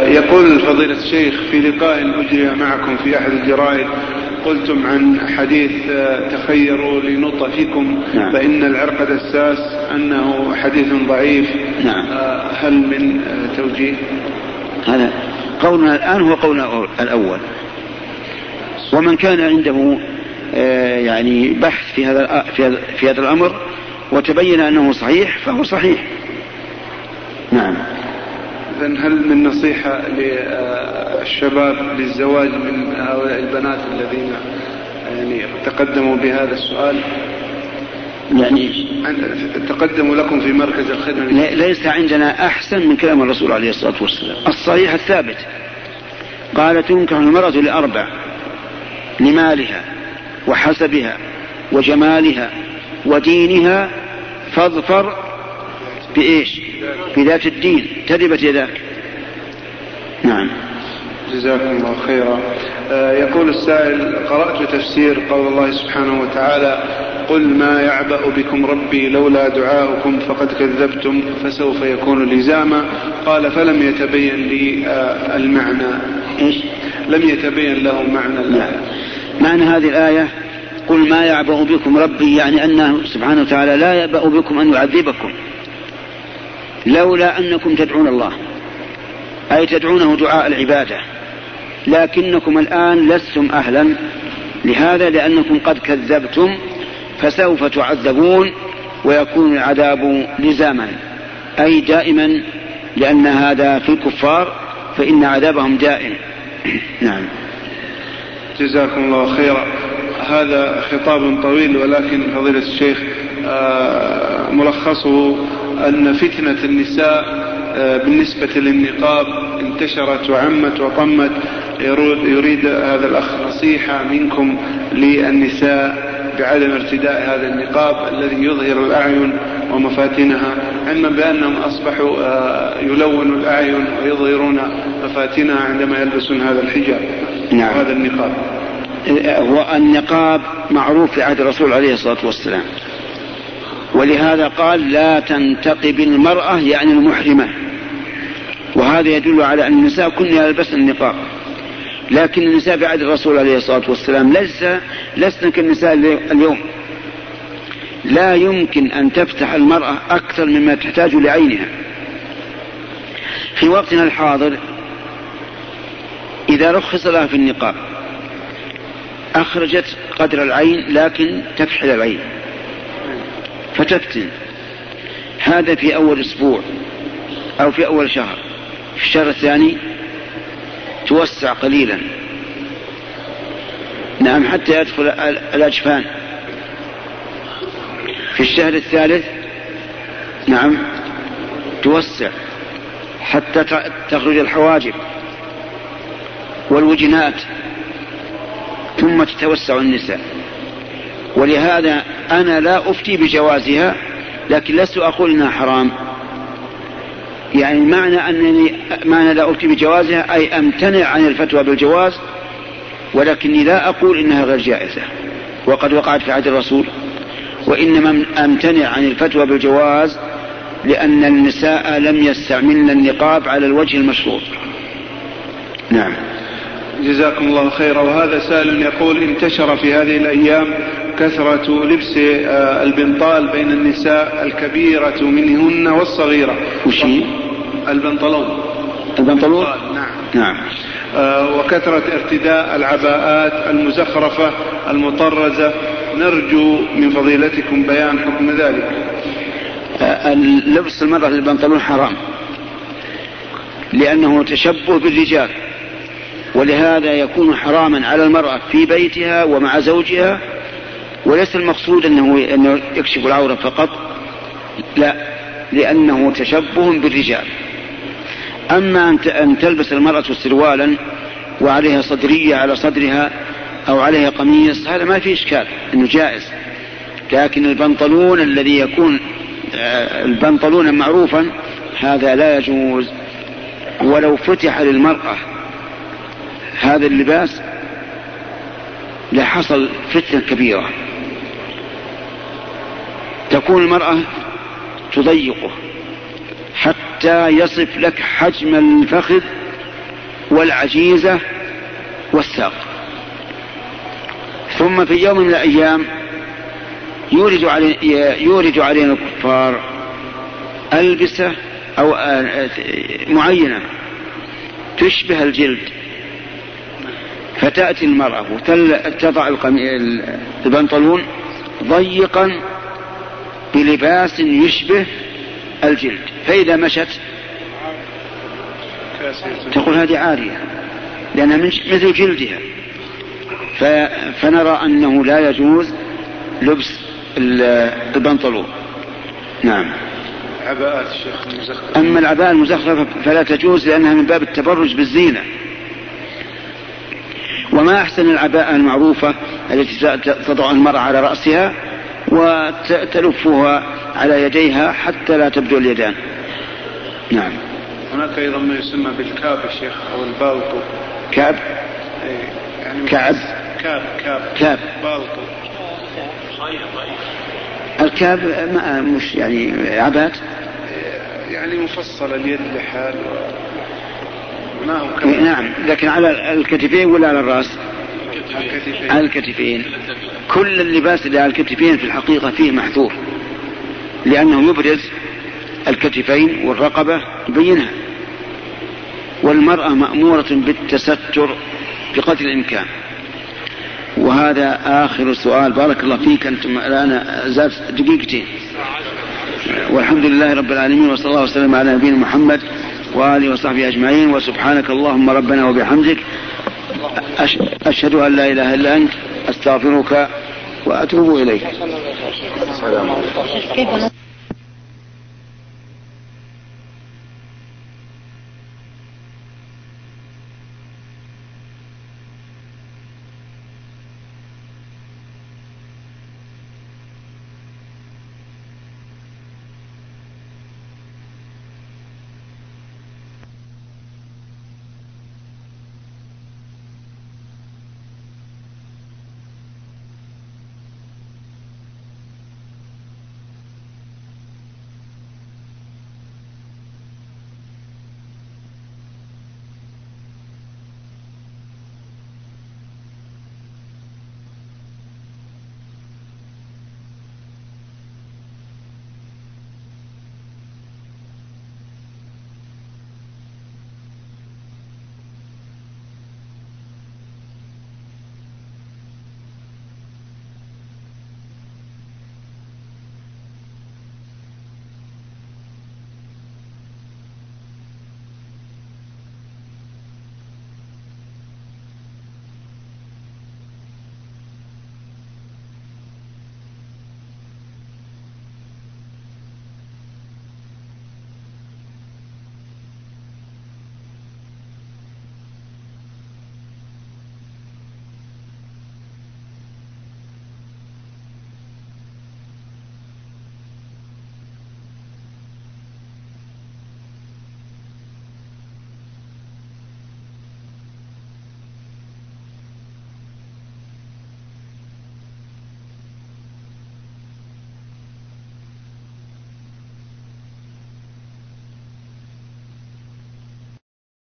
يقول فضيلة الشيخ: في لقاء أجري معكم في أحد الجرائد قلتم عن حديث تخيروا لنطفكم فإن العرق دساس أنه حديث ضعيف. هل من توجيه؟ هذا قولنا الآن هو قولنا الأول، ومن كان عنده يعني بحث في هذا الأمر وتبين أنه صحيح فهو صحيح. نعم. إذن هل من نصيحة للشباب للزواج من هؤلاء البنات الذين يعني تقدموا بهذا السؤال؟ يعني تقدموا لكم في مركز الخدمة. ليس عندنا أحسن من كلام الرسول عليه الصلاة والسلام الصحيح الثابت. قال: تنكح المرأة ل4: لمالها وحسبها وجمالها ودينها فاظفر بإيش؟ بذات الدين تربت يداك. نعم. جزاكم الله خيرا. يقول السائل: قرأت تفسير قول الله سبحانه وتعالى: قل ما يعبأ بكم ربي لولا دعاؤكم فقد كذبتم فسوف يكون لزاما. قال: فلم يتبين لي المعنى. إيش؟ لم يتبين له معنى الآية. معنى هذه الآية: قل ما يعبأ بكم ربي، يعني أنه سبحانه وتعالى لا يعبأ بكم أن يعذبكم لولا أنكم تدعون الله، أي تدعونه دعاء العبادة، لكنكم الآن لستم أهلا لهذا لأنكم قد كذبتم فسوف تعذبون ويكون العذاب لزاما، أي دائما، لأن هذا في الكفار فإن عذابهم دائم. نعم. جزاكم الله خيرا. هذا خطاب طويل، ولكن فضيلة الشيخ ملخصه أن فتنة النساء بالنسبة للنقاب انتشرت وعمت وطمت. يريد هذا الأخ نصيحة منكم للنساء بعدم ارتداء هذا النقاب الذي يظهر الأعين ومفاتنها، علما بأنهم أصبحوا يلونوا الأعين ويظهرون مفاتنها عندما يلبسون هذا الحجاب. نعم. هذا النقاب والنقاب معروف في عهد الرسول عليه الصلاة والسلام، ولهذا قال: لا تنتقب المرأة، يعني المحرمة، وهذا يدل على أن النساء كن يلبسن النقاب. لكن النساء في عهد الرسول عليه الصلاة والسلام لسن كالنساء اليوم. لا يمكن أن تفتح المرأة أكثر مما تحتاج لعينها. في وقتنا الحاضر إذا رخص لها في النقاب أخرجت قدر العين لكن تكحل العين فتفتن. هذا في أول أسبوع أو في أول شهر. في الشهر الثاني توسع قليلا، نعم، حتى يدخل الأجفان. في الشهر الثالث نعم توسع حتى تخرج الحواجب والوجنات، ثم تتوسع النساء. ولهذا أنا لا أفتي بجوازها، لكن لست أقول إنها حرام. يعني معنى لا أفتي بجوازها أي أمتنع عن الفتوى بالجواز، ولكني لا أقول إنها غير جائزة وقد وقعت في عهد الرسول، وإنما أمتنع عن الفتوى بالجواز لأن النساء لم يستعملن النقاب على الوجه المشروط. نعم. جزاكم الله خيرا. وهذا سائل يقول: انتشر في هذه الأيام كثرة لبس البنطال بين النساء الكبيرة منهن والصغيرة. وشي؟ البنطلون. نعم. وكثرة ارتداء العباءات المزخرفة المطرزة. نرجو من فضيلتكم بيان حكم ذلك. لبس المرأة للبنطلون حرام لأنه تشبه بالرجال، ولهذا يكون حراما على المرأة في بيتها ومع زوجها، وليس المقصود أنه يكشف العورة فقط، لا، لأنه تشبه بالرجال. أما أن تلبس المرأة سروالا وعليها صدرية على صدرها أو عليها قميص، هذا ما فيه إشكال أنه جائز. لكن البنطلون الذي يكون البنطلون معروفا هذا لا يجوز. ولو فتح للمرأة هذا اللباس لحصل فتنة كبيرة، تكون المرأة تضيقه حتى يصف لك حجم الفخذ والعجيزة والساق. ثم في يوم من الأيام يورد علينا الكفار ألبسة أو معينة تشبه الجلد، فتأتي المرأة وتضع البنطلون ضيقا بلباس يشبه الجلد، فإذا مشت تقول هذه عارية لأنها مثل جلدها. فنرى أنه لا يجوز لبس البنطلون. نعم. عباءات الشيخ المزخرفة. أما العباءة المزخرفة فلا تجوز لأنها من باب التبرج بالزينة. وما أحسن العباءة المعروفة التي تضع المرأة على رأسها وتلفها على يديها حتى لا تبدو اليدان. نعم. هناك أيضا ما يسمى بالكاب يا شيخ أو البالطو. كاب؟ يعني كعب؟ كاب بالطو. الكاب مش يعني عبات، يعني مفصل اليد لحال ما هو كاب. نعم، لكن على الكتفين ولا على الرأس؟ على الكتفين. كل اللباس اللي على الكتفين في الحقيقة فيه محذور، لأنه يبرز الكتفين والرقبة يبينها، والمرأة مأمورة بالتستر بقدر الإمكان. وهذا آخر سؤال. بارك الله فيك. أنتم الآن زاد دقيقتين. والحمد لله رب العالمين، وصلى الله وسلم على نبينا محمد وآله وصحبه أجمعين. وسبحانك اللهم ربنا وبحمدك أشهد أن لا إله إلا أنت أستغفرك وأتوب إليك.